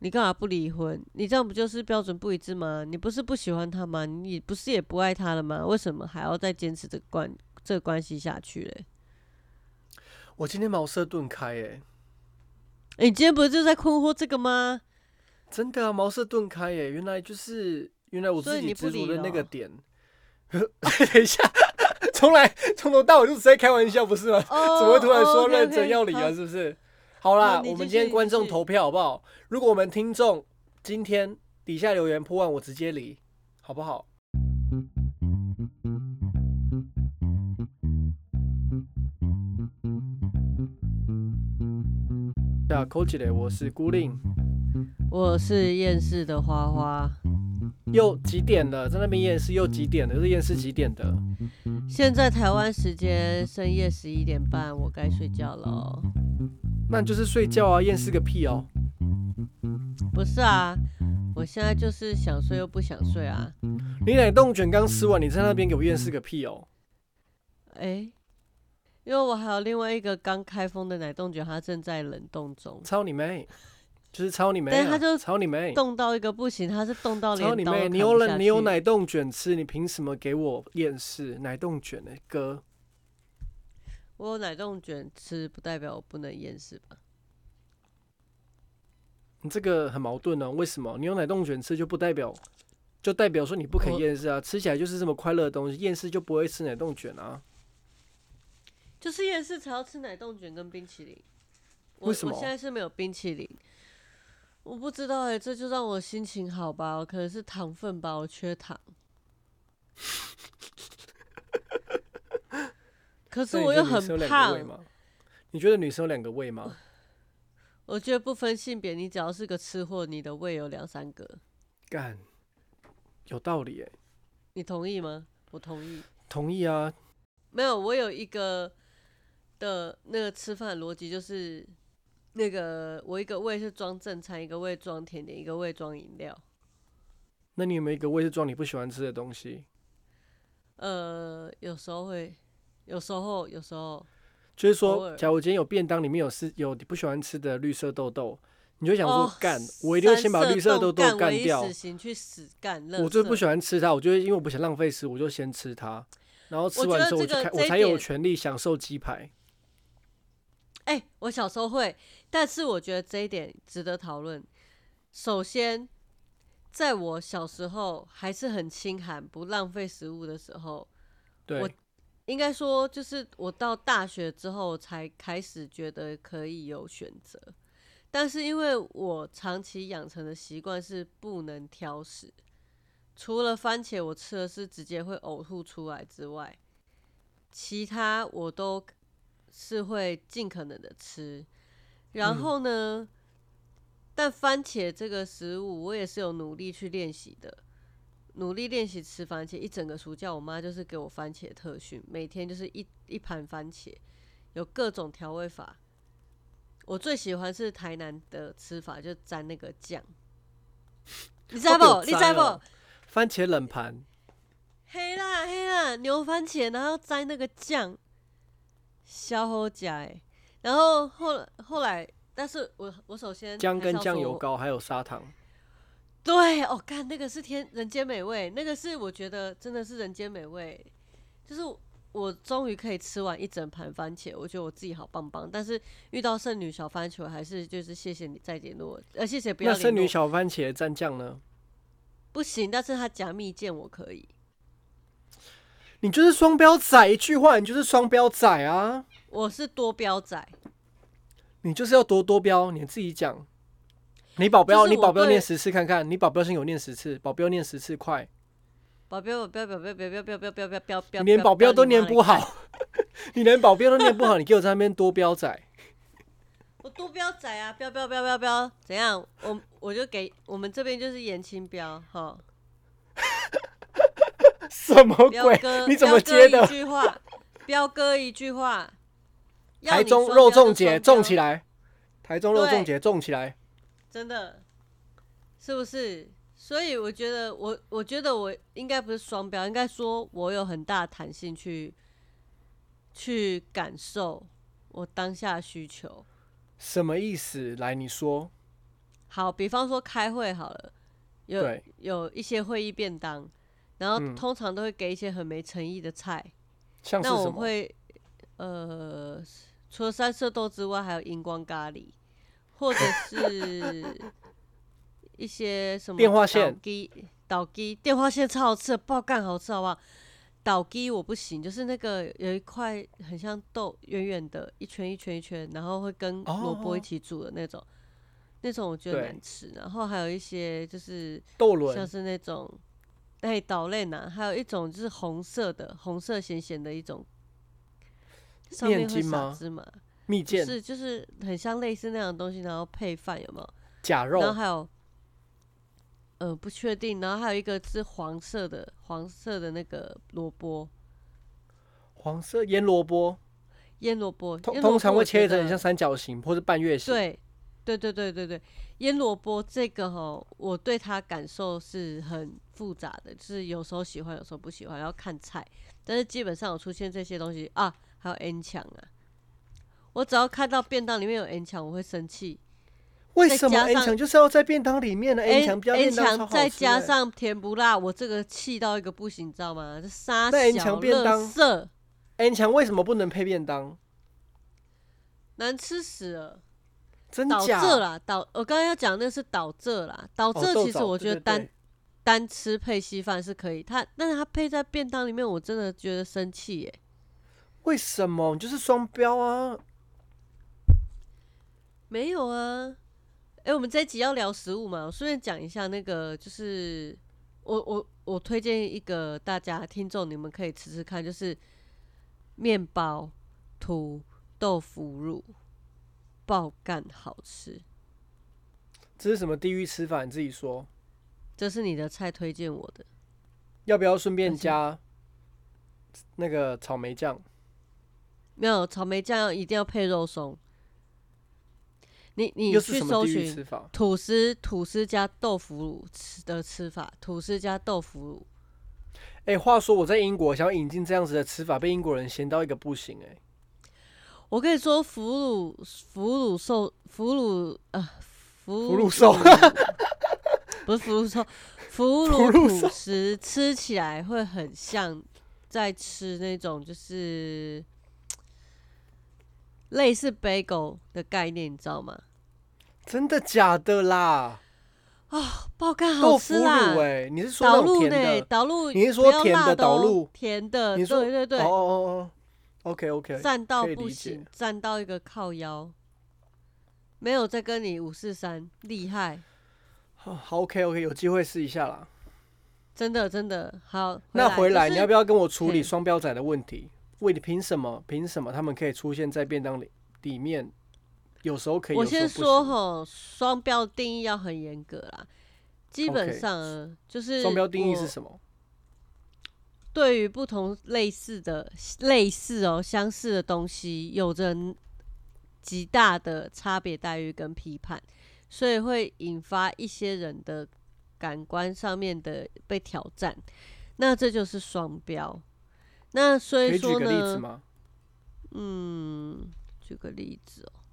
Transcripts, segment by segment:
你干嘛不离婚？你这样不就是标准不一致吗？你不是不喜欢他吗？你不是也不爱他了吗？为什么还要再坚持这个关系下去嘞？ 我今天茅塞顿开你今天不是就在困惑这个吗？ 真的啊，茅塞顿开原来我自己所以你不执着的离了哦、 那个点。等一下，从头到尾就只在开玩笑，不是吗？ 哦怎么会突然哦，OK 说认真 OK， 要理好， 了？是不是？好好， 啦，我们今你继续， 天观众你继续。 投票好不好？如果我们听众今天底下留言破万，我直接离，好不好？呀，扣起来，我是孤令。 我是厌世的花花， 又几点了？在那边验视又几点了？是验视几点的？ 现在台湾时间深夜11点半，我该睡觉了哦。 那你就是睡觉啊，验视个屁哦！ 不是啊，我现在就是想睡又不想睡啊。 你奶冻卷刚吃完，你在那边给我验视个屁哦！ 哎，因为我还有另外一个刚开封的奶冻卷，它正在冷冻中， 操你妹！就是操你妹啊！ 但是它就操你妹！ 冻到一个不行，它是冻到操你妹！ 连刀都砍不下你有去。 奶冻卷吃，你凭什么给我验视？奶冻卷哥， 我有奶冻卷吃，不代表我不能厌世吧？ 你这个很矛盾哦。为什么？你有奶冻卷吃就代表说你不可以我厌世啊？吃起来就是这么快乐的东西，厌世就不会吃奶冻卷啊？ 就是厌世才要吃奶冻卷跟冰淇淋。我现为什么？ 在是没有冰淇淋，我不知道这就让我心情好吧？可能是糖分吧，我缺糖。可是那你我又很觉得女生有两个胃胖， 吗？你觉得女生有两个胃吗？ 我觉得不分性别，你只要是个吃货，你的胃有2、3个。 干，有道理你同意吗？我同意。 同意啊。 没有，我有一个的那个吃饭的逻辑，就是那个我一个胃是装正餐，一个胃装甜点，一个胃装饮料。 那你有没有一个胃是装你不喜欢吃的东西？ 有时候会，有时候就是说， 偶尔。 假如今天有便当里面有你不喜欢吃的绿色豆豆，你就想说哦， 干，我一定会先把三色绿色豆豆冻干，唯一干掉。 死刑去死干，垃我就不圾。 喜欢吃它，我就因为我不想浪费食物，我就先吃它，然后吃我觉得完之后我才有这一点， 权利享受鸡排。 我小时候会，但是我觉得这一点值得讨论。首先，在我小时候还是很清寒、不浪费食物的时候，我对， 应该说，就是我到大学之后才开始觉得可以有选择。但是因为我长期养成的习惯是不能挑食，除了番茄我吃的是直接会呕吐出来之外，其他我都是会尽可能的吃。然嗯， 后呢，但番茄这个食物我也是有努力去练习的，努力练习吃番茄。一整个暑假，我妈就是给我番茄特训，每天就是一盘番茄，有各种调味法。我最喜欢是台南的吃法，就沾那个酱。你知我有不？你知摘哦， 不？ 番茄冷盘， 黑啦黑啦，牛番茄，然后沾那个酱，小好吃哎。然后后来，但是我首先姜跟还是要说， 酱油膏还有砂糖。 对哦，干那个是人间美味，那个是我觉得真的是人间美味，就是我终于可以吃完一整盘番茄，我觉得我自己好棒棒。但是遇到剩女小番茄，还是就是谢谢你再联络，谢谢不那剩女要联络， 小番茄蘸酱呢？ 不行。但是他夹蜜饯我可以， 你就是双标仔，一句话，你就是双标仔啊！ 我是多标仔， 你就是要多标，你自己讲。你保就是镖，你我对保镖念10次看看，你保镖先给我念10次，保镖念10次，快！ 保镖标标标标标标标标标标标， 你连保镖都念不好，你连保镖都念不好，你给我在那边多标仔， 我多标仔啊，标标标标标，怎样？我就给我们这边就是严清标哈， 什么鬼？ 彪哥， 你怎么接的彪哥一？句话，彪哥一句话， 台中肉粽节种起来，台中肉粽节种起来， 真的是不是？所以我觉得我觉得我应该不是双标，应该说我有很大的弹性去感受我当下的需求。 什么意思？来，你说。 好，比方说开会好了， 对， 有一些会议便当，然后嗯， 通常都会给一些很没诚意的菜，那像是什么？ 我会呃，除了三色豆之外，还有荧光咖喱，或者是一些什么电话线。 倒鸡电话线超好吃的，爆干好吃，好不好？倒鸡我不行，就是那个有一块很像豆，圆圆的，一圈一圈一圈，然后会跟萝卜一哦， 起煮的那种，那种我觉得对， 难吃。然后还有一些就是豆轮、 像是那种岛类呢，还有一种就是红色的，红色咸咸的一种，上面面会筋吗？ 撒芝麻， 蜜饯、 不是，就是很像类似那样的东西，然后配饭有没有？ 假肉、 然后还有不确定，然后还有一个是黄色的那个萝卜， 黄色腌萝卜， 腌萝卜， 通通常会腌萝卜我觉得切成很像三角形或是半月形。 对，对，腌萝卜这个哈，我对它感受是很复杂的，就是有时候喜欢，有时候不喜欢，要看菜。但是基本上有出现这些东西啊，还有 N 强啊，我只要看到便当里面有 N 强，我会生气。再为什么加 N 上强就是要在便当里面呢？N 强加 N 便当超强，再好吃的。 加上甜不辣，我这个气到一个不行，你知道吗？这沙那 N 强小乐便当色 ，N 强为什么不能配便当？ 难吃死了。 真倒这假？ 啦，我刚刚要讲的是倒这啦，倒哦， 这其实豆枣， 我觉得对对对。 单吃配稀饭是可以，但是它配在便当里面，我真的觉得生气耶。 为什么？你就是双标啊！ 没有啊，我们这一集要聊食物嘛，我顺便讲一下那个，就是我推荐一个大家听众你们可以吃吃看，就是面包涂豆腐乳，爆干好吃。 这是什么地狱吃法？你自己说。 这是你的菜推荐我的， 要不要顺而且便加那个草莓酱？ 没有草莓酱一定要配肉松。你又是去什么地狱搜寻吃法？ 吐司加豆腐乳的吃法，吐司加豆腐乳。 话说我在英国想要引进这样子的吃法，被英国人嫌到一个不行。 我跟你说，腐乳福禄寿， 不是腐乳寿，腐乳福禄寿吐司吃起来会很像在吃那种就是类似 bagel 的概念，你知道吗？ 真的假的啦？ 爆干好豆腐乳吃啦！ 你是说那种导入呢？ 甜的？ 导入你是不要说甜的辣的哦， 导入？ 甜的， 你说哦对对对， 哦，OK OK， 赞到可以理解。 不行，赞到一个靠腰，没有再跟你543，厉害， 好 OK OK，有机会试一下啦。 真的真的好。 那回来就是你要不要跟我处理嘿双标仔的问题？为你凭什么他们可以出现在便当里面？有时候可以， 我有时候先说不行。 吼，双标定义要很严格啦。基本 OK， 上呢就是双标定义是我什么？ 对于不同类似相似的东西，有着极大的差别待遇跟批判，所以会引发一些人的感官上面的被挑战。那这就是双标。那所以可以举个例子说呢， 吗？ 举个例子哦，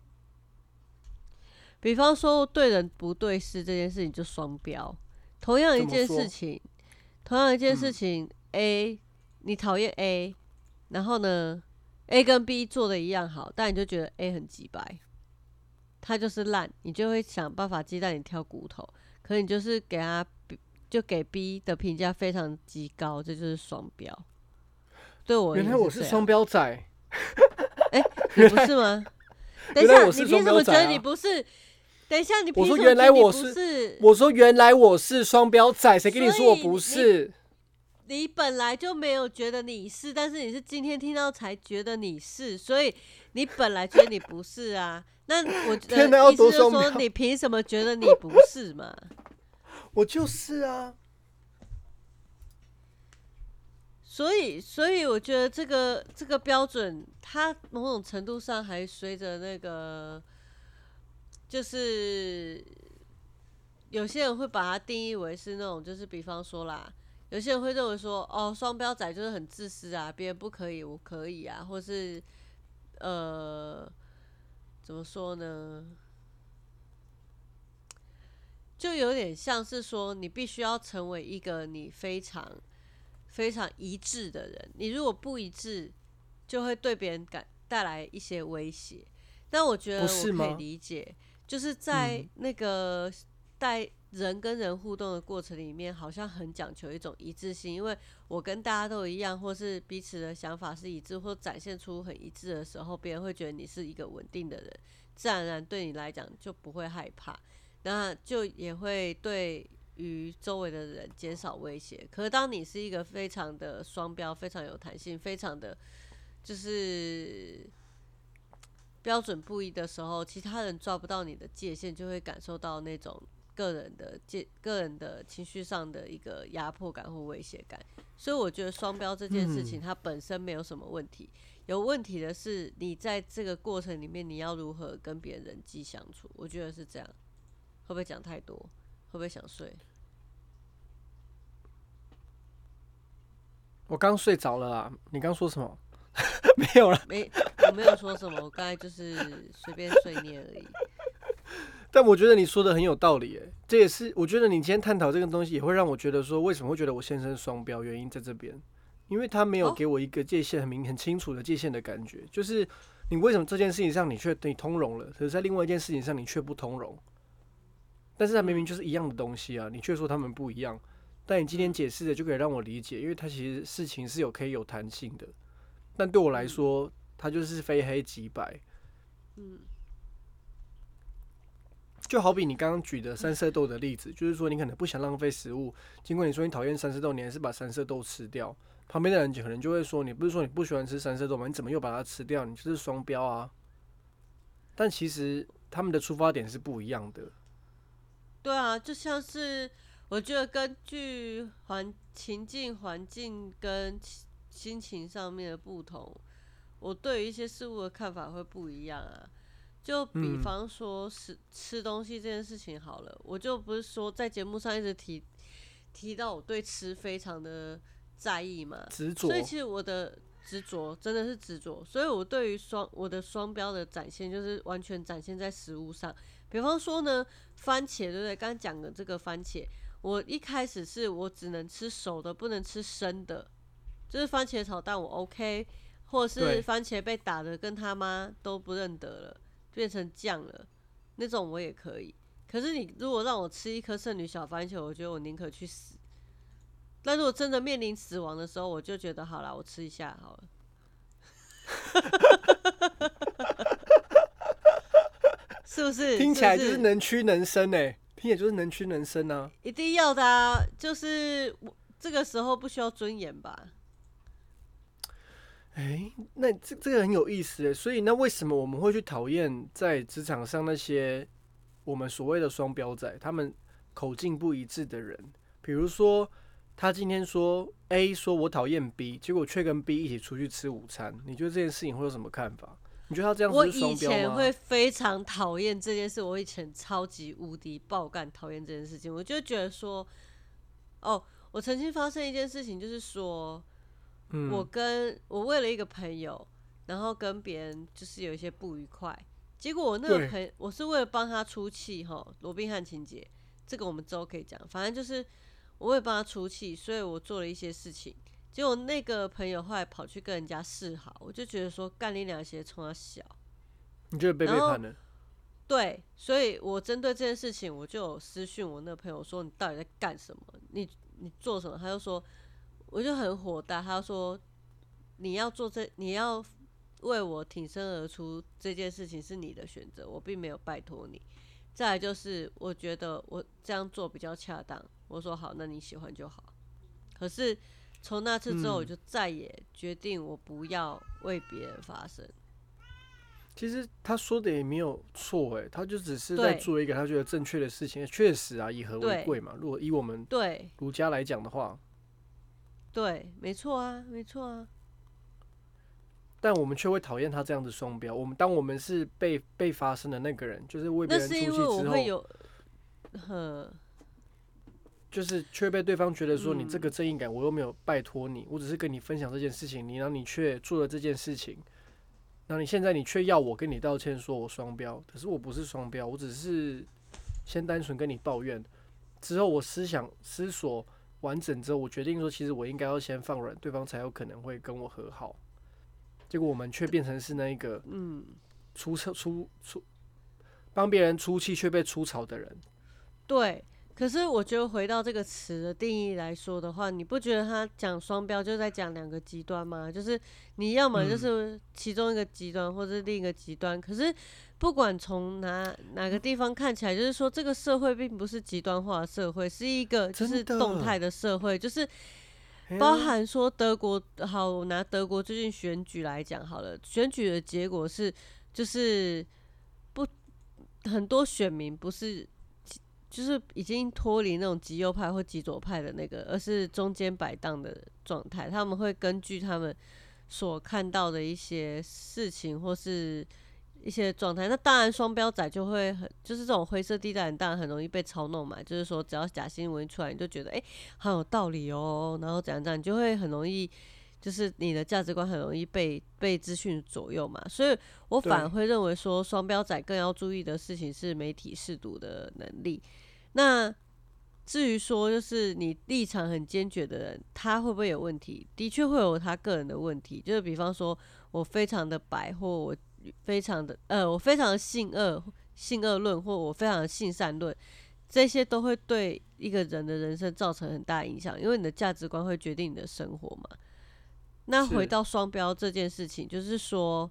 比方说对人不对事这件事情就双标。同样一件怎么说？ 事情，同样一件事嗯， 情，A 你讨厌 A，然后呢 A 跟 B 做的一样好，但你就觉得 A 很鸡掰，他就是烂，你就会想办法鸡蛋里挑骨头。可你就是给 B 的评价非常极高，这就是双标。对我而原来言是这样。 我是双标仔。 你不是吗？等一下， 原来我是你凭什么觉得双标仔啊！ 你不是？等一下，你我说凭什么原来我觉得你不是？ 我说原来我是双标仔，谁跟你说我不所以是？ 你本来就没有觉得你是，但是你是今天听到才觉得你是，所以你本来觉得你不是啊。那我天哪，要意思多双标！ 就是说，你凭什么觉得你不是嘛？ 我就是啊。 所以我觉得这个标准，它某种程度上还随着那个，就是有些人会把它定义为是那种，就是比方说啦，有些人会认为说，哦，双标仔就是很自私啊，别人不可以，我可以啊，或是怎么说呢？ 就有点像是说，你必须要成为一个你非常非常一致的人。你如果不一致，就会对别人带来一些威胁。但我觉不得我可以是吗？ 理解，就是在那个带人跟人互动的过程里面，好像很讲求一种一致性，因为我跟大家都一样，或是彼此的想法是一致，或展现出很一致的时候，别人会觉得你是一个稳定的人，自然而然对你来讲就不会害怕，那就也会对于周围的人减少威胁。可是当你是一个非常的双标、非常有弹性、非常的就是标准不一的时候，其他人抓不到你的界限，就会感受到那种个人的情绪上的一个压迫感或威胁感。所以我觉得双标这件事情它本身没有什么问题，有问题的是你在这个过程里面你要如何跟别人人际相处。我觉得是这样。会不会讲太多？会不会想睡？ 我刚睡着了啊！你刚说什么？没有了。 我没有说什么，我刚才就是随便碎念而已。 但我觉得你说的很有道理，哎，这也是我觉得你今天探讨这个东西，也会让我觉得说，为什么会觉得我先生双标，原因在这边，因为他没有给我一个界限很清楚的界限的感觉，就是你为什么这件事情上你通融了，可是在另外一件事情上你却不通融，但是它明明就是一样的东西啊，你却说他们不一样，但你今天解释的就可以让我理解，因为它其实事情是可以有弹性的，但对我来说，它就是非黑即白，就好比你刚刚举的三色豆的例子，就是说你可能不想浪费食物，尽管你说你讨厌三色豆，你还是把三色豆吃掉。旁边的人可能就会说，你不是说你不喜欢吃三色豆吗？你怎么又把它吃掉？你就是双标啊！但其实他们的出发点是不一样的。 对啊，就像是我觉得根据情境、环境跟心情上面的不同，我对于一些事物的看法会不一样啊。就比方说吃东西这件事情好了，我就不是说在节目上一直提到我对吃非常的在意嘛， 执着。 所以其实我的执着真的是执着，所以我对于我的双标的展现就是完全展现在食物上。比方说呢，番茄对不对？刚刚讲的这个番茄，我一开始是我只能吃熟的，不能吃生的，就是番茄炒蛋我 OK， 或者是番茄被打的跟他妈都不认得了，变成酱了，那种我也可以。可是你如果让我吃一颗圣女小番茄，我觉得我宁可去死。但如果真的面临死亡的时候，我就觉得好啦，我吃一下好了。是不是？ 听起来就是能屈能伸哎，听起来就是能屈能伸啊！ 一定要的啊，就是这个时候不需要尊严吧？ 那这个很有意思哎，所以那为什么我们会去讨厌在职场上那些我们所谓的双标仔，他们口径不一致的人？比如说，他今天说 A 说我讨厌 B， 结果却跟 B 一起出去吃午餐，你觉得这件事情会有什么看法？你觉得他这样子是双标吗？ 我以前会非常讨厌这件事，我以前超级无敌爆干讨厌这件事情，我就觉得说，哦，我曾经发生一件事情，就是说，我为了一个朋友，然后跟别人就是有一些不愉快，结果我那个朋友，我是为了帮他出气哈，罗宾汉情节，这个我们之后可以讲，反正就是我为了帮他出气，所以我做了一些事情。结果那个朋友后来跑去跟人家示好，我就觉得说干你俩些冲他小， 你觉得被背叛了？ 对，所以我针对这件事情，我就有私讯我那个朋友说你到底在干什么？你做什么？他就说，我就很火大，他就说你要为我挺身而出这件事情是你的选择，我并没有拜托你。再来就是我觉得我这样做比较恰当，我说好，那你喜欢就好。可是从那次之后，我就再也决定我不要为别人发声。 其实他说的也没有错，他就只是在做一个他觉得正确的事情。确实啊，以和为贵嘛。如果以我们儒家来讲的话， 对，没错啊，没错啊。 但我们却会讨厌他这样子双标。当我们是被发生的那个人，就是为别人出气之后， 那是因为我会有， 就是却被对方觉得说你这个正义感，我又没有拜托你，我只是跟你分享这件事情，然后你却做了这件事情，然后你现在却要我跟你道歉，说我双标，可是我不是双标，我只是先单纯跟你抱怨，之后我思索完整之后，我决定说，其实我应该要先放软，对方才有可能会跟我和好。结果我们却变成是那一个帮别人出气却被出草的人。 对。可是我觉得回到这个词的定义来说的话，你不觉得他讲双标就在讲两个极端吗？就是你要么就是其中一个极端，或者另一个极端。可是不管从哪个地方看起来，就是说这个社会并不是极端化的社会，是一个就是动态的社会，就是包含说德国。好，我拿德国最近选举来讲好了，选举的结果是就是不很多选民不是。就是已经脱离那种极右派或极左派的那个，而是中间摆荡的状态。他们会根据他们所看到的一些事情或是一些状态，那当然双标仔就会就是这种灰色地带，当然很容易被操弄嘛。就是说，只要假新闻一出来，你就觉得很有道理哦，然后怎样怎样，你就会很容易。就是你的价值观很容易被资讯左右嘛，所以我反而会认为说，双标仔更要注意的事情是媒体识读的能力。那至于说，就是你立场很坚决的人，他会不会有问题？的确会有他个人的问题，就是比方说我非常的白，或我非常的性恶论，或我非常的性善论，这些都会对一个人的人生造成很大影响，因为你的价值观会决定你的生活嘛。那回到双标这件事情，就是说，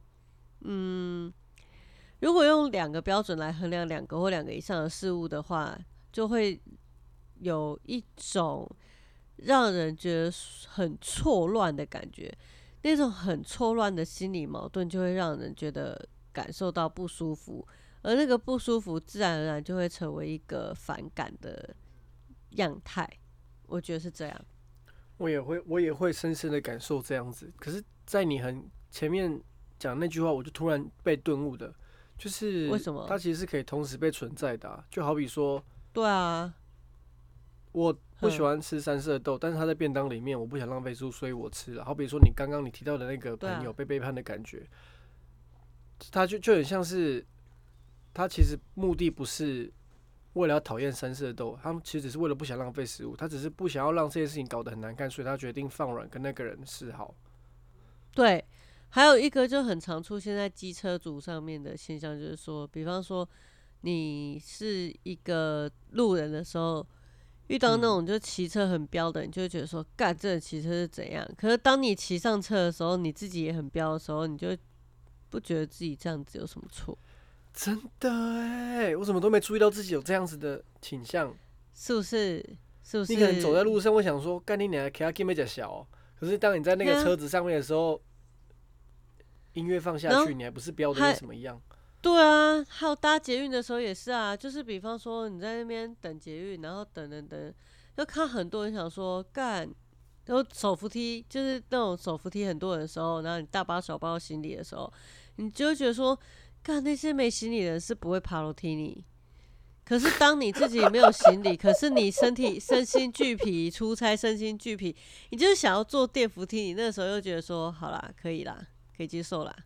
如果用两个标准来衡量两个或两个以上的事物的话，就会有一种让人觉得很错乱的感觉。那种很错乱的心理矛盾，就会让人觉得感受到不舒服，而那个不舒服自然而然就会成为一个反感的样态。我觉得是这样。 我也会深深的感受这样子。可是，在你很前面讲那句话，我就突然被顿悟的，就是为什么？ 它其实是可以同时被存在的啊。就好比说， 对啊， 我不喜欢吃三色豆，但是它在便当里面，我不想浪费食物，所以我吃了。好比说，你刚刚提到的那个朋友被背叛的感觉，他就很像是，他其实目的不是为了要讨厌三色豆，他们其实只是为了不想浪费食物，他只是不想要让这件事情搞得很难看，所以他决定放软跟那个人示好。 对。还有一个就很常出现在机车族上面的现象，就是说，比方说你是一个路人的时候，遇到那种就骑车很飙的，你就会觉得说，干，这人骑车是怎样？可是当你骑上车的时候，你自己也很飙的时候，你就不觉得自己这样子有什么错。 真的哎，我怎么都没注意到自己有这样子的倾向， 是不是？是不是？ 你可能走在路上会想说，干你娘，给他给没假小哦。可是当你在那个车子上面的时候，音乐放下去，你还不是飙的跟什么一样？ 对啊，还有搭捷运的时候也是啊，就是比方说你在那边等捷运，然后等，就看很多人想说干，然后手扶梯就是那种手扶梯很多人的时候，然后你大包小包行李的时候，你就会觉得说，干那些没行李的人是不会爬楼梯你。可是当你自己没有行李，可是你身心俱疲，出差身心俱疲，你就是想要坐电扶梯，你那时候又觉得说，好啦，可以啦，可以接受啦。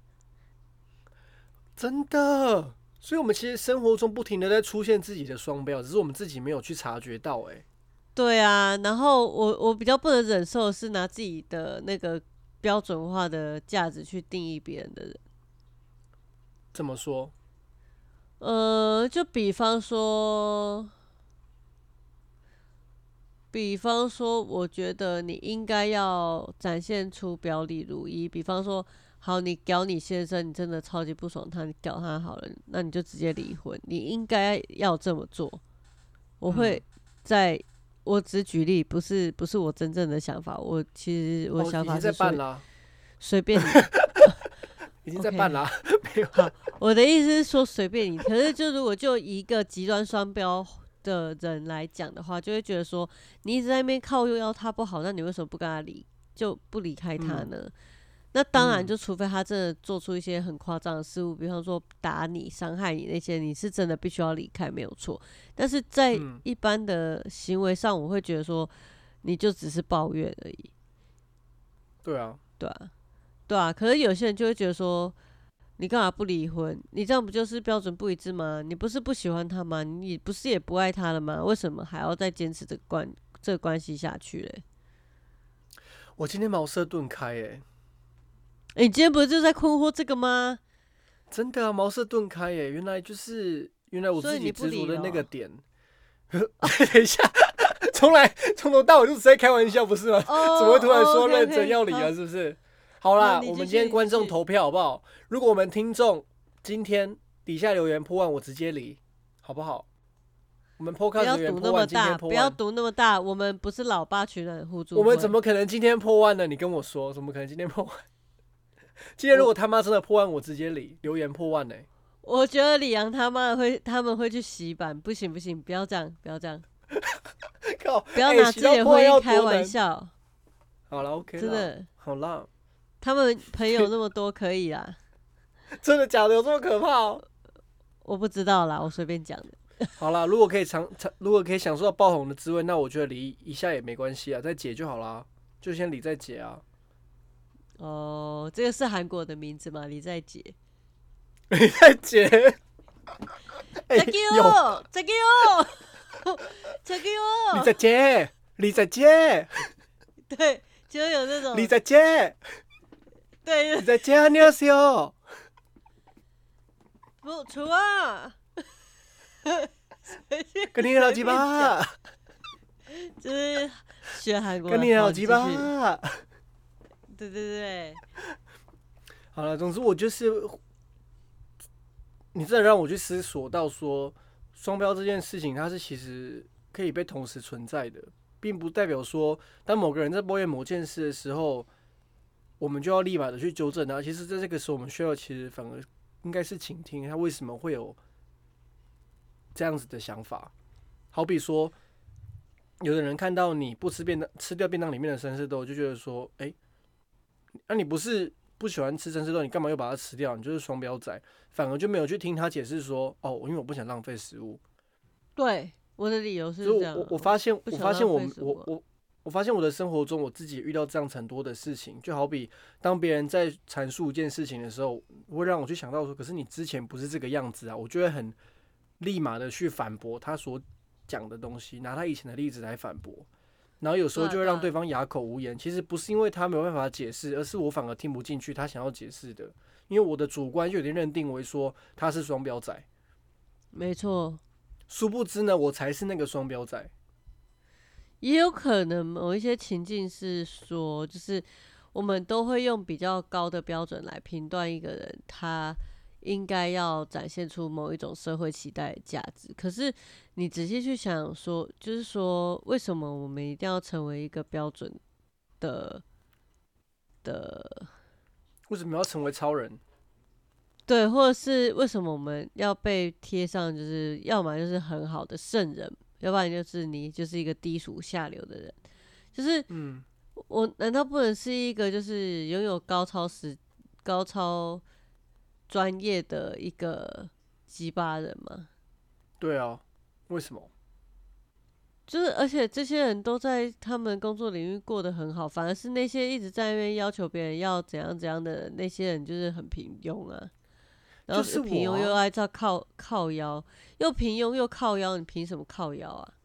真的，所以我们其实生活中不停的在出现自己的双标，只是我们自己没有去察觉到。 对啊，然后我比较不能忍受的是拿自己的那个标准化的价值去定义别人的人。 怎么说？ 就比方说，我觉得你应该要展现出表里如一。比方说，好，你屌你先生，你真的超级不爽他，你屌他好了，那你就直接离婚。你应该要这么做。我会在，我只举例，不是我真正的想法。其实我想法是随便你。 已经在办啦，没有。 好，我的意思是说随便你。可是就如果就一个极端双标的人来讲的话，就会觉得说你一直在那边靠右腰他不好，那你为什么不跟他就不离开他呢？那当然，就除非他真的做出一些很夸张的事物，比方说打你、伤害你那些，你是真的必须要离开，没有错。但是在一般的行为上，我会觉得说，你就只是抱怨而已。 对啊， 对啊，对啊。可是有些人就会觉得说， 你干嘛不离婚？你这样不就是标准不一致吗？你不是不喜欢他吗？你不是也不爱他了吗？为什么还要再坚持这个关系下去嘞？ 我今天茅塞顿开你今天不是就在困惑这个吗？ 真的啊，茅塞顿开原来我所以你不自己执着的离了哦。 那个点。等一下，从头到尾就只在开玩笑，不是吗？怎么会突然说认真 OK， 要离好， 了？是不是？好好， 啦， 你继续， 我们今天你继续。 观众投票好不好？如果我们听众今天底下留言破万，我直接离，好不好？我们 Podcast 留言不要赌破万，今天那么大，不要破万， 赌那么大。我们不是老爸群人互我们怎助会。 么可能今天破万呢？你跟我说，怎么可能今天破万？今天如我果他妈真的破万，我直接离，留言破万呢、 我觉得李阳他们会去洗版，不行不行，不要这样，不要这样， 靠， 不要拿洗到破万自己的婚姻开玩要多难？ 笑， 好了，OK 啦， 真的。 好啦， 他们朋友那么多，可以啦。 真的假的？有这么可怕哦？ 我不知道啦，我随便讲的。 好啦，如果可以如果可以享受到爆红的滋味，那我觉得离一下也没关系啊，再结就好啦，就先离再结啊。 哦，这个是韩国的名字吗？李在杰。 离再结，哎、 再给有我，再给我，再给你我。 再结，你再结， 对，就有那种你再结， 对， 你再结，안녕하세요。 不错啊。 跟你老鸡巴， 就是学韩国的。 跟你老鸡好继续巴。 对对对， 好了，总之我就是你真的让我去思索到说，双标这件事情，它是其实可以被同时存在的，并不代表说，当某个人在抱怨某件事的时候，我们就要立马的去纠正他。其实，在这个时候，我们需要其实反而应该是倾听他为什么会有这样子的想法。好比说，有的人看到你不吃便当，吃掉便当里面的生丝豆，就觉得说，那你不是不喜欢吃生丝豆，你干嘛又把它吃掉？你就是双标仔，反而就没有去听他解释说，哦，因为我不想浪费食物。 对，我的理由是所以这样。 我发现， 不想我发现我浪费食物。 们我我我发现我的生活中，我自己也遇到这样很多的事情，就好比当别人在阐述一件事情的时候，会让我去想到说，可是你之前不是这个样子啊，我就会很立马的去反驳他所讲的东西，拿他以前的例子来反驳。然后有时候就会让对方哑口无言。其实不是因为他没有办法解释，而是我反而听不进去他想要解释的，因为我的主观就有点认定为说他是双标仔。 没错， 殊不知呢，我才是那个双标仔。 也有可能某一些情境是说，就是我们都会用比较高的标准来评断一个人，他应该要展现出某一种社会期待的价值。可是你仔细去想说，就是说，为什么我们一定要成为一个标准的的？ 为什么要成为超人？ 对，或者是为什么我们要被贴上，就是要么就是很好的圣人，要不然就是你就是一个低俗下流的人。就是我难道不能是一个就是拥有高超专业的一个鸡巴人吗？ 对啊，为什么？ 就是而且这些人都在他们工作领域过得很好，反而是那些一直在那边要求别人要怎样怎样的人那些人，就是很平庸啊。然后就是平庸又我啊， 爱照靠腰，又平庸又靠腰，你凭什么靠腰啊？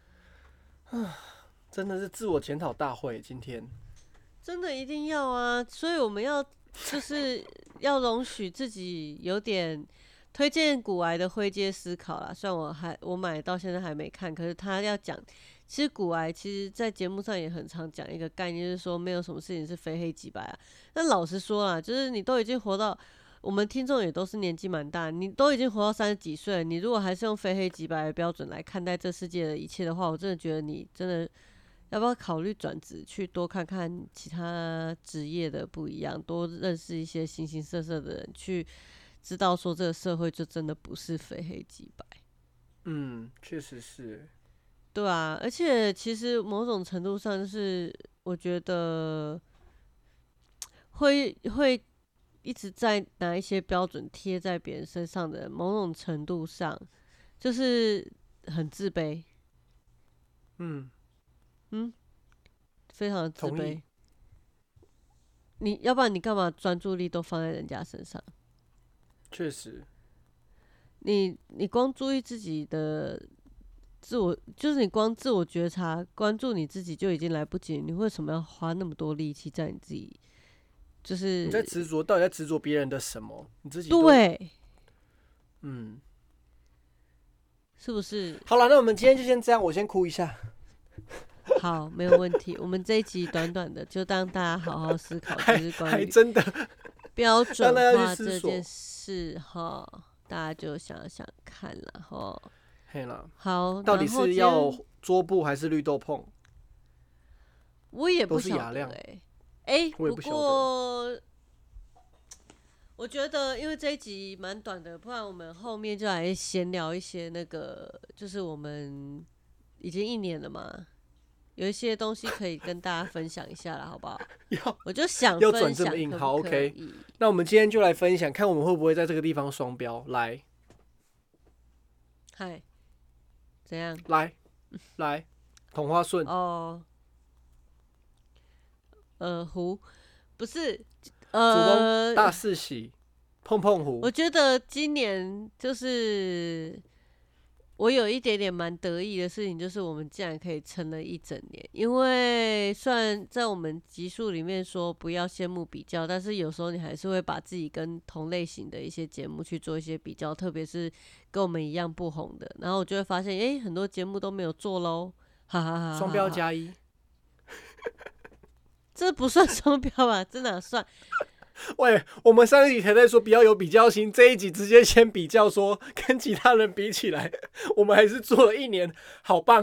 真的是自我检讨大会。今天真的一定要啊！所以我们要就是要容许自己有点推荐古癌的灰阶思考啦。虽然我买到现在还没看，可是他要讲，其实古癌其实在节目上也很常讲一个概念，就是说没有什么事情是非黑即白啊。那老实说啦，就是你都已经活到。我们听众也都是年纪蛮大，你都已经活到30几岁了，你如果还是用非黑即白的标准来看待这世界的一切的话，我真的觉得你真的要不要考虑转职，去多看看其他职业的不一样，多认识一些形形色色的人，去知道说这个社会就真的不是非黑即白。 确实是。 对啊，而且其实某种程度上，就是我觉得会一直在拿一些标准贴在别人身上的人，某种程度上就是很自卑， 嗯， 嗯，非常的自同意。 卑。你要不然你干嘛专注力都放在人家身上？ 确实， 你光注意自己的自我，就是你光自我觉察、关注你自己就已经来不及了，你为什么要花那么多力气在你自己？ 你在执着，到底在执着别人的什么？你自己都对， 嗯， 是不是？ 好了，那我们今天就先这样，我先哭一下。 好，没有问题。我们这一集短短的，就当大家好好思考，就是关于还真的标准让大家化去思索这件事哈，大家就想想看了哈。 嘿啦， 好， 到底然后今是要天桌布还是绿豆椪？ 我也都不晓得是雅量， 不我也不晓得。 过我觉得因为这一集蛮短的，不然我们后面就来闲聊一些那个，就是我们已经1年了嘛，有一些东西可以跟大家分享一下了，好不好？我就想要转分享， 这么硬，好可不可 ，OK。 以？ 那我们今天就来分享，看我们会不会在这个地方双标。来， 嗨，怎样？ 来，同花顺， 哦，胡不是， 主公大四喜，碰碰我胡。 觉得今年就是我有一点点蛮得意的事情，就是我们竟然可以撑了一整年。因为虽然在我们集数里面说不要羡慕比较，但是有时候你还是会把自己跟同类型的一些节目去做一些比较，特别是跟我们一样不红的，然后我就会发现，很多节目都没有做喽，哈哈哈哈！ 双标加1。 这不算双标吧？这哪算？ 喂，我们上一集才在说不要有比较心，这一集直接先比较说跟其他人比起来，我们还是做了1年，好棒。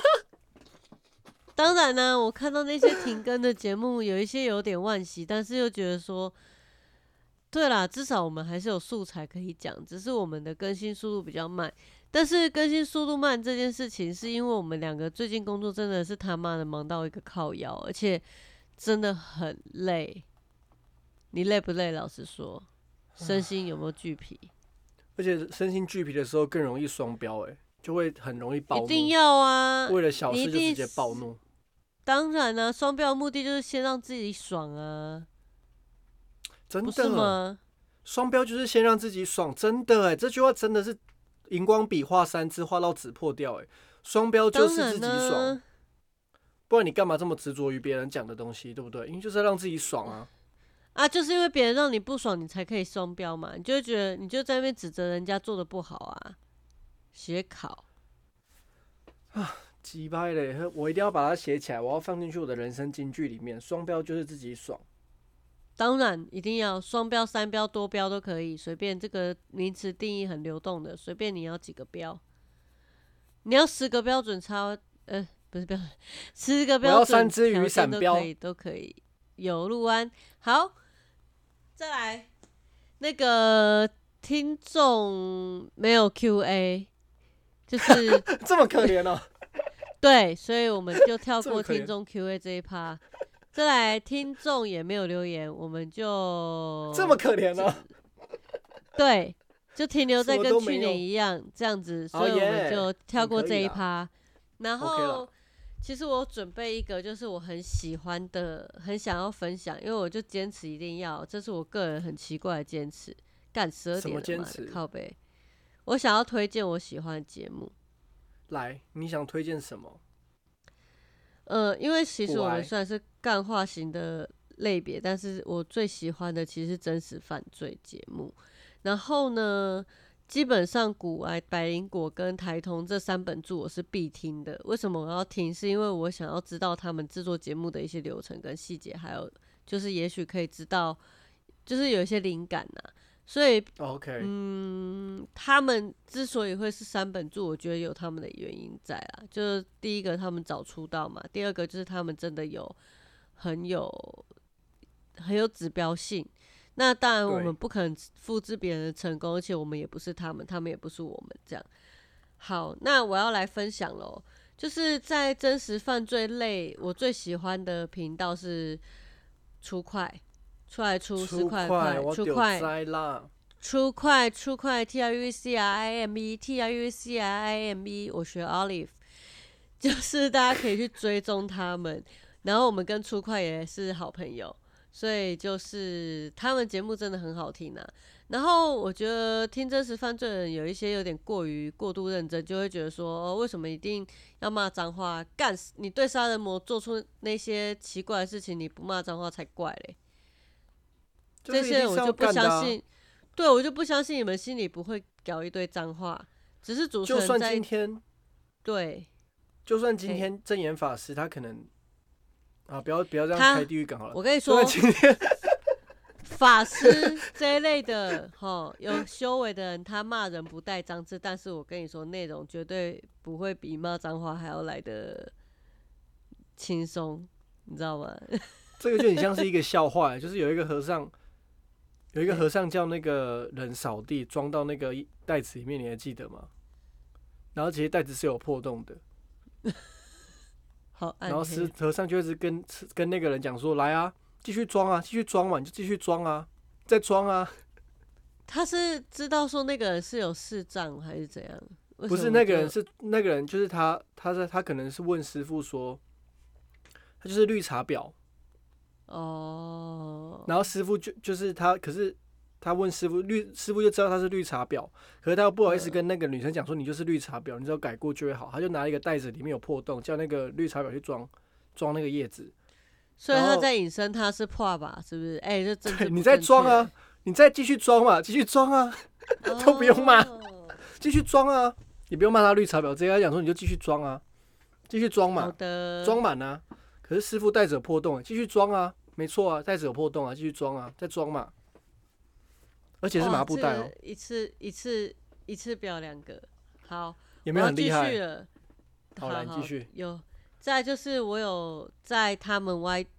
当然呢，我看到那些停更的节目，有一些有点惋惜，但是又觉得说，对啦，至少我们还是有素材可以讲，只是我们的更新速度比较慢。但是更新速度慢这件事情，是因为我们两个最近工作真的是他妈的忙到一个靠腰，而且真的很累。你累不累？老实说，身心有没有俱疲？ 而且身心俱疲的时候更容易双标，就会很容易暴怒。 一定要啊！ 为了小事就直接暴怒。 当然啊，双标的目的就是先让自己爽啊， 真的不是吗？ 双标就是先让自己爽，真的这句话真的是荧光笔画3次画到纸破掉双标就是自己爽，不然你干嘛这么执着于别人讲的东西，对不对？因为就是要让自己爽啊。 就是因为别人让你不爽，你才可以双标嘛。你就会觉得你就在那边指责人家做的不好啊，写考啊，鸡掰嘞！我一定要把它写起来，我要放进去我的人生金句里面。双标就是自己爽， 当然一定要双标、3标、多标都可以，随便。这个名词定义很流动的，随便你要几个标，你要10个标准差，不是标准，10个标准我要3只雨伞标都可以。有陆安好。再来，那个听众没有 Q&A， 就是这么可怜哦。 对，所以我们就跳过听众 Q&A 这一趴。再来，听众也没有留言，我们就这么可怜哦。 对，就停留在跟去年一样这样子，所以我们就跳过这一趴。然后。其实我准备一个，就是我很喜欢的，很想要分享，因为我就坚持一定要，这是我个人很奇怪的坚持。干12点了嘛，靠北。我想要推荐我喜欢的节目。 来，你想推荐什么？ 因为其实我们虽然是干话型的类别，但是我最喜欢的其实是真实犯罪节目。然后呢？基本上古玩、百灵果跟台通这3本著我是必听的。为什么我要听？是因为我想要知道他们制作节目的一些流程跟细节，还有就是也许可以知道，就是有一些灵感呐。所以他们之所以会是3本著，我觉得有他们的原因在啦。就是第一个他们早出道嘛，第二个就是他们真的很有指标性。那当然，我们不可能复制别人的成功，而且我们也不是他们，他们也不是我们这样。好，那我要来分享咯，就是在真实犯罪类，我最喜欢的频道是出快，出来出10块快，出快TRUCRIME，我学 Olive， 就是大家可以去追踪他们，然后我们跟出快也是好朋友。所以就是他们节目真的很好听啊。 然后我觉得听真实犯罪的人有一些有点过度认真，就会觉得说，为什么一定要骂脏话？干死你对杀人魔做出那些奇怪的事情，你不骂脏话才怪嘞！这些人我就不相信，对我就不相信你们心里不会搞一堆脏话，只是主持人在。 就算今天， 对， 就算今天正言法师他可能不要这样开地狱梗好了。 我跟你说， 今天法师这一类的，有修为的人，他骂人不带脏字，但是我跟你说，内容绝对不会比骂脏话还要来的轻松，你知道吗？ 这个就很像是一个笑话，就是有一个和尚叫那个人扫地，装到那个袋子里面，你还记得吗？然后其实袋子是有破洞的。 好， 然后和尚就一直跟那个人讲说：“来啊，继续装啊，继续装嘛，你就继续装啊，再装啊。” 他是知道说那个人是有视障还是怎样？ 不是那个人，就是他可能是问师傅说，他就是绿茶婊。然后师傅就是他，可是他问师傅，师傅就知道他是绿茶婊，可是他又不好意思跟那个女生讲说你就是绿茶婊，你只要改过就会好。他就拿一个袋子里面有破洞，叫那个绿茶婊去装那个叶子。 所以他在引申他是破吧，是不是？这真的你在装啊，你再继续装嘛，继续装啊，都不用骂，继续装啊，你不用骂他绿茶婊，直接跟他讲说你就继续装啊，继续装嘛，装满啊。可是师傅袋子有破洞，继续装啊，没错啊，袋子有破洞啊，继续装啊，再装嘛，而且是麻布袋哦， 一次表2个，好， 有没有很厉害？ 继续了， 好，来继续。 有，再来就是我有在他们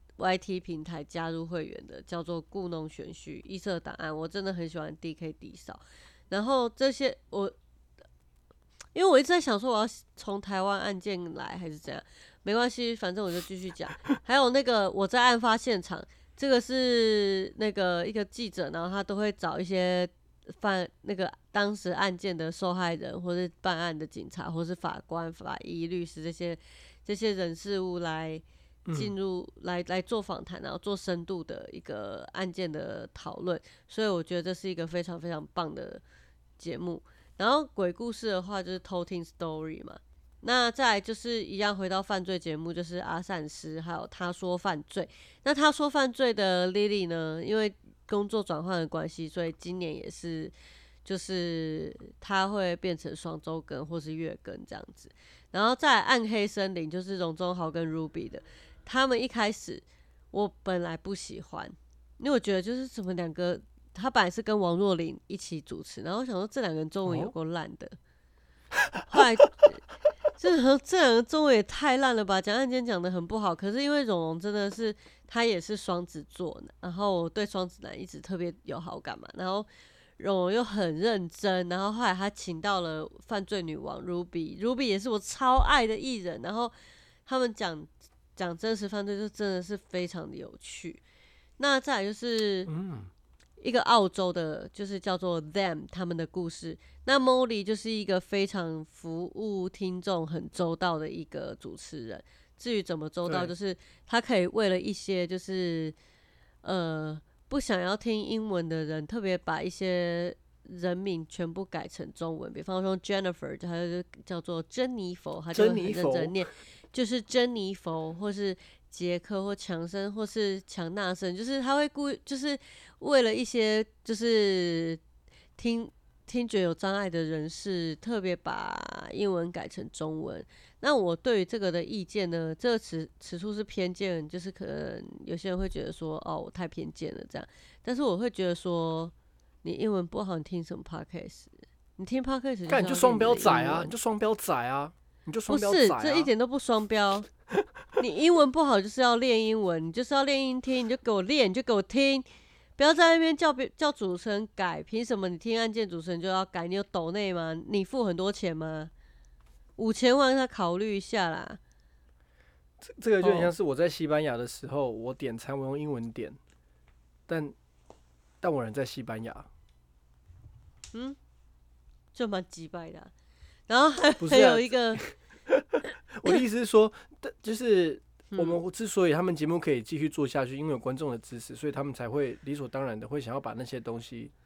YT 平台加入会员的，叫做故弄玄虚异色档案，我真的很喜欢 DK 低扫，然后这些因为我一直在想说我要从台湾案件来还是怎样。没关系，反正我就继续讲。还有那个我在案发现场，这个是那个一个记者，然后他都会找一些那个当时案件的受害人，或是办案的警察，或是法官、法医、律师这些人事物来进入、来做访谈，然后做深度的一个案件的讨论。所以我觉得这是一个非常非常棒的节目。然后鬼故事的话，就是偷听 story 嘛。那再来就是一样回到犯罪节目，就是阿善师还有他说犯罪。那他说犯罪的 Lily 呢，因为工作转换的关系，所以今年也是就是他会变成双周更或是月更这样子。然后再来暗黑森林，就是荣忠豪跟 Ruby 的，他们一开始我本来不喜欢，因为我觉得就是怎么两个，他本来是跟王若琳一起主持，然后我想说这两个人中文有够烂的，后来。这两个中文也太烂了吧！讲案件讲得很不好，可是因为蓉蓉真的是他也是双子座，然后我对双子男一直特别有好感嘛，然后蓉蓉又很认真，然后后来他请到了犯罪女王 Ruby 也是我超爱的艺人，然后他们讲真实犯罪就真的是非常的有趣。那再来就是一个澳洲的，就是叫做 Them 他们的故事。那 Molly 就是一个非常服务听众很周到的一个主持人。至于怎么周到，就是他可以为了一些就是不想要听英文的人，特别把一些人名全部改成中文，比方说 Jennifer 他就叫做珍妮佛，他就很认真念，就是珍妮佛，或是杰克或强生或是强纳森，就是他会故意就是为了一些就是听觉有障碍的人士，特别把英文改成中文。那我对于这个的意见呢，这个此处是偏见，就是可能有些人会觉得说，我太偏见了这样。但是我会觉得说，你英文不好，你听什么 podcast？ 你听 podcast 你就双标仔啊，你就双标仔啊，你就双标仔啊。 不是，这一点都不双标。你英文不好就是要练英文，你就是要练英听，你就给我练，你就给我听。不要在那边叫主持人改，凭什么你听案件主持人就要改？你有抖内吗？你付很多钱吗？5000万他考虑一下啦。 这个就很像是我在西班牙的时候，我点餐我用英文点，但我人在西班牙， 就蛮鸡掰的然后还有一个， 我的意思是说，就是我们之所以他们节目可以继续做下去，因为有观众的支持，所以他们才会理所当然的会想要把那些东西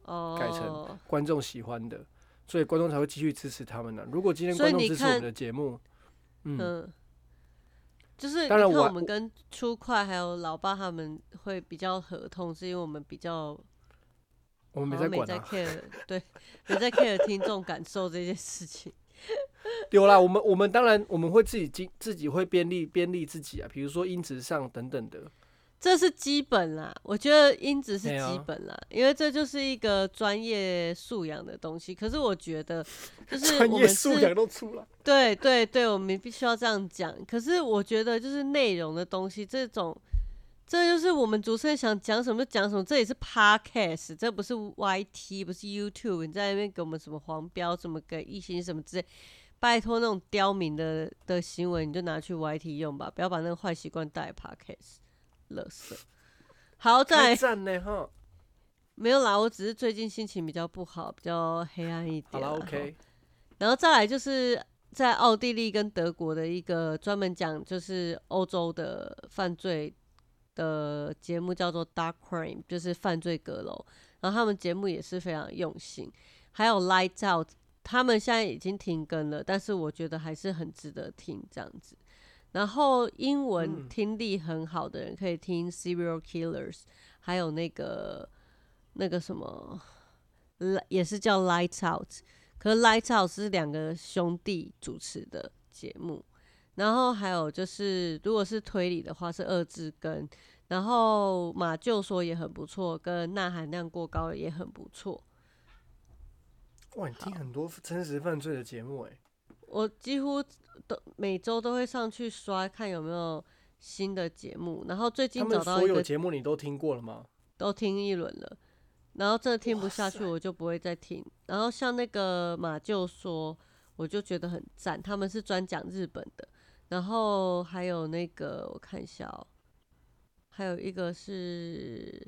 改成哦， 观众喜欢的，所以观众才会继续支持他们呢、如果今天所以你观众支持我们看， 的节目， 嗯，就是当然你看我们跟初快还有老爸他们会比较合同，是因为我们比较我们没好像没在在管啊。 care，对，没在 care 听众感受这件事情。 有啦，我们当然我们会自己会编列自己啊，比如说音质上等等的。 这是基本啦，我觉得音质是对啊， 基本啦，因为这就是一个专业素养的东西。可是我觉得，就是专我们业素养是， 都出来。 对对对，我们必须要这样讲。可是我觉得，就是内容的东西，这就是我们主持人想讲什么就讲什么，这也是 podcast，这不是 YT，不是 YouTube。你在那边给我们什么黄标，什么给一星什么之类，拜托那种刁民的行为，你就拿去 YT 用吧，不要把那个坏习惯带来 podcast。垃圾。好，再开来战呢哈。 没有啦，我只是最近心情比较不好，比较黑暗一好了点啦。 ，OK。 然后再来就是在奥地利跟德国的一个专门讲就是欧洲的犯罪的节目，叫做 Dark Crime，就是犯罪阁楼。然后他们节目也是非常用心，还有 Lights Out，他们现在已经停更了，但是我觉得还是很值得听这样子。然后英文听力很好的人可以听 Serial Killers，还有那个什么，也是叫 Lights Out，可是 Lights Out 是两个兄弟主持的节目。然后还有就是，如果是推理的话是二字根，然后马厩说也很不错，跟钠含量过高也很不错。 哇，你听很多真实犯罪的节目哎。 我几乎每周都会上去刷看有没有新的节目，然后最近他们所有找到一个节目你都听过了吗？ 都听一轮了，然后真的听不哇下去塞， 我就不会再听。然后像那个马厩说，我就觉得很赞，他们是专讲日本的，然后还有那个我看一下哦，还有一个是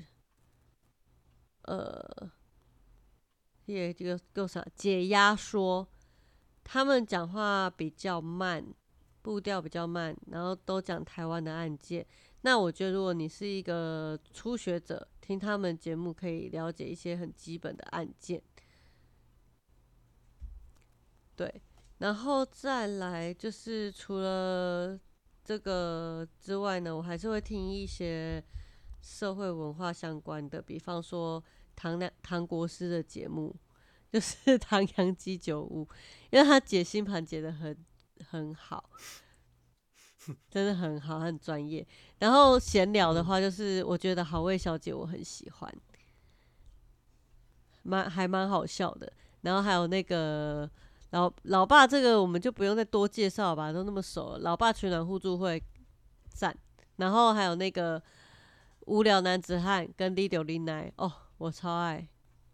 也这个够啥解压说，他们讲话比较慢，步调比较慢，然后都讲台湾的案件。那我觉得，如果你是一个初学者，听他们节目可以了解一些很基本的案件。对，然后再来就是除了这个之外呢，我还是会听一些社会文化相关的，比方说唐国师的节目，就是唐阳鸡酒屋，因为他解星盘解的很好，真的很好，很专业。然后闲聊的话，就是我觉得好味小姐我很喜欢，还蛮好笑的。然后还有那个老爸，这个我们就不用再多介绍吧，都那么熟了。老爸取暖互助会赞，然后还有那个无聊男子汉跟 Lidio 林奈，哦，我超爱。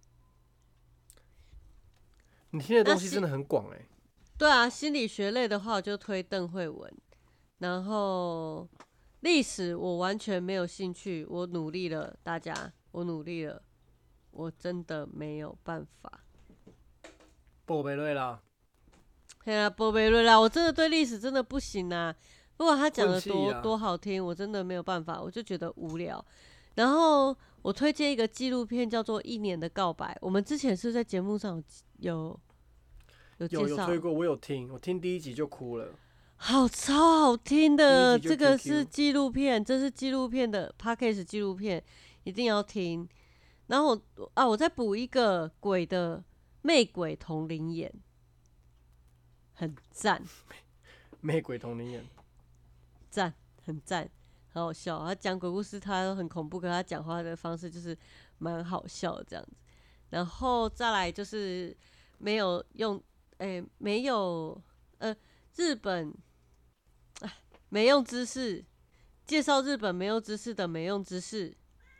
你听的那东西真的很广哎。 对啊，心理学类的话，我就推邓慧文。然后历史我完全没有兴趣，我努力了，大家，我努力了，我真的没有办法。 宝贝瑞啦， 嘿啊，波贝瑞啦，我真的对历史真的不行啊。不管他讲的混气啊。 多好听，我真的没有办法，我就觉得无聊。然后我推荐一个纪录片，叫做《一年的告白》。我们之前是在节目上有介绍， 有推过，我有听，我听第一集就哭了。 超好听的。 第一集就这个 QQ 是纪录片，这是纪录片的 podcast 纪录片，一定要听。然后我再补一个鬼的魅鬼同龄眼，很赞。 魅鬼同龄眼。 赞，很赞，很好笑。他讲鬼故事，他都很恐怖，可他讲话的方式就是蛮好笑的这样子。然后再来就是没有用，没有日本没用知识，介绍日本没用知识的没用知识。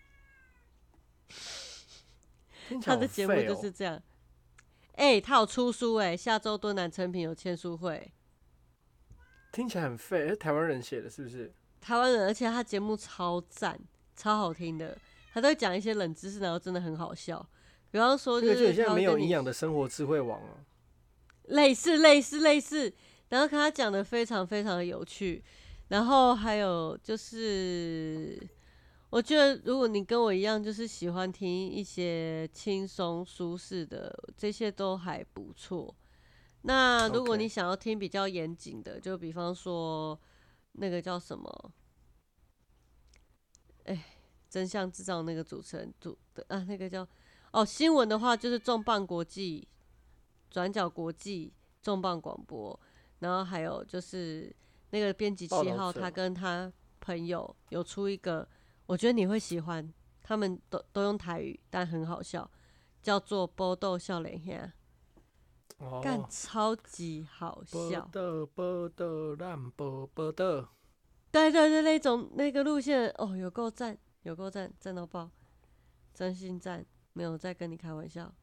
他听起来好的节目就废哦。 是这样。他有出书下周敦南成品有签书会。 听起来很废，是台湾人写的，是不是？ 台湾人，而且他节目超赞，超好听的。他都会讲一些冷知识，然后真的很好笑。比方说， 这个就很他像没有营会跟你养的生活智慧网啊。 类似，然后他讲的非常非常的有趣。然后还有就是， 我觉得如果你跟我一样，就是喜欢听一些轻松舒适的，这些都还不错。那如果你 OK， 想要听比较严谨的，就比方说那个叫什么，真相制造那个主持人的啊，那个叫新闻的话就是重磅国际、转角国际、重磅广播，然后还有就是那个编辑报七号，他道者嘛。 跟他朋友有出一个，我觉得你会喜欢，他们都用台语，但很好笑，叫做《波豆笑脸兄》，干哦， 超级好笑。 报道，咱报道。 对对对，那个路线有够赞，有够赞，赞到爆，真心赞，没有在跟你开玩笑。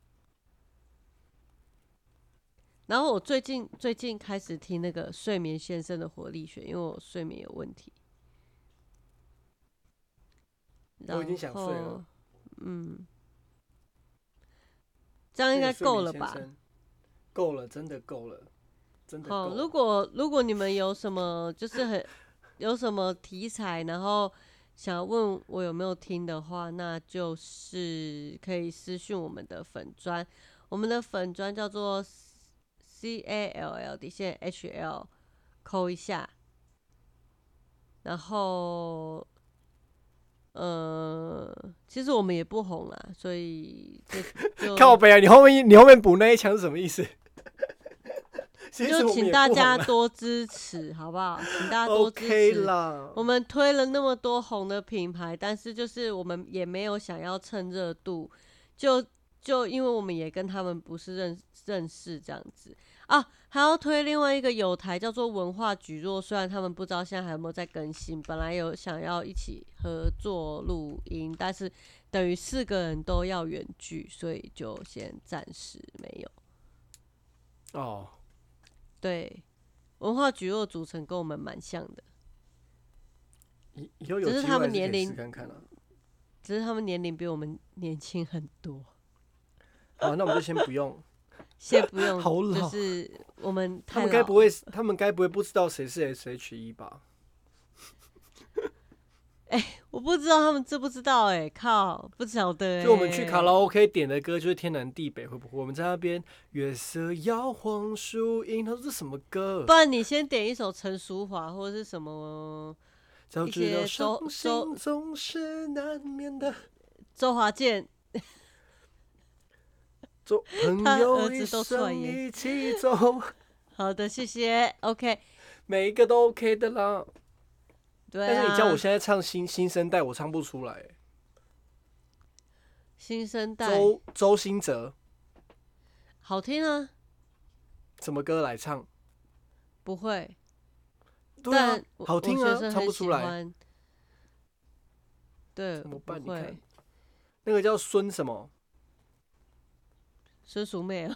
然后我最近开始听那个睡眠先生的活力学，因为我睡眠有问题。然我已经想睡后了。 这样应该那个睡眠够了吧？ 先生，够了，真的够了，真的好， 够了。 如果你们有什么有什么题材，然后想要问我有没有听的话，那就是可以私讯我们的粉专，我们的粉专叫做 CALL_HL，扣一下，然后其实我们也不红啦，所以靠北啊！你后面补那一枪是什么意思？其实我们请大也不红啦家多支持，好不好？请大家多支 ，OK 持。 啦。 我们推了那么多红的品牌，但是就是我们也没有想要蹭热度，就因为我们也跟他们不是认识这样子啊，还要推另外一个有台叫做文化局弱，虽然他们不知道现在还有没有在更新，本来有想要一起合作录音，但是等于4个人都要远距，所以就先暂时没有。 哦， 对，文化局弱组成跟我们蛮像的， 以后有机只是他会还是可以试们年龄， 看看啊。 只是他们年龄比我们年轻很多。 好，那我们就先不用。 先不用， 好老就是我们他太老们该不会，他们该不会不知道谁是 SHE 吧？ 我不知道他们知不知道靠，不晓得就我们去卡拉 OK 点的歌就是天南地北，会不会？我们在那边月色摇晃树荫，他说这什么歌不？然你先点一首陈淑桦或者是什么早知道一些伤心总是难免的。 周华健， 做朋他友一儿子都出来生演。 一起走， 好的，谢谢。OK， 每一个都 OK 的啦。 对但是你叫我啊， 现在唱新生代，我唱不出来。 新生代周兴哲好听啊， 什么歌来唱？ 不会， 对啊但， 好听啊， 我学生很唱不出来， 喜欢。对， 怎么办？ 不会你看，那个叫孙什么？ 孙淑妹啊。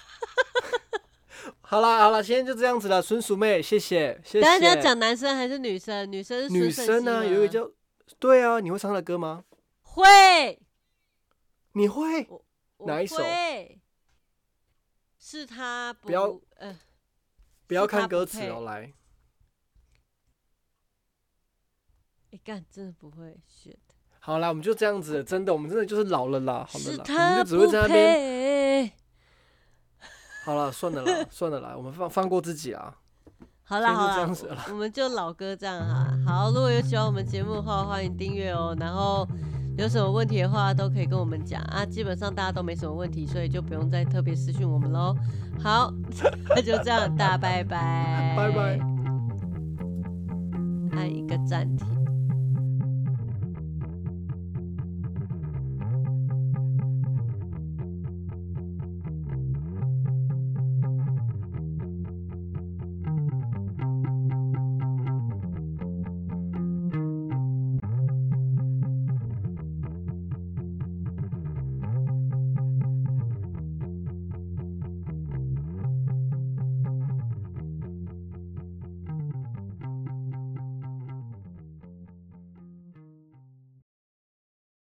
好啦，今天就这样子了，孙淑妹，谢谢。 等下你要讲男生还是女生？女生是女生啊，有一个叫对啊，你会唱她的歌吗？ 会， 你会哪一首？ 是他不要不要看歌词哦，来。 干真的不会选。 好啦，我们就这样子了，真的，我们真的就是老了啦，好了是啦，我们他就只会在那边。 边。 好了，算了啦，算了啦，我们放过自己啦。 好啦好今天就这样啦子了， 我们就老歌这样哈。好，如果有喜欢我们节目的话，欢迎订阅哦。然后有什么问题的话，都可以跟我们讲啊。基本上大家都没什么问题，所以就不用再特别私讯我们喽。好，那就这样，大家拜拜， 拜拜。 按一个暂停。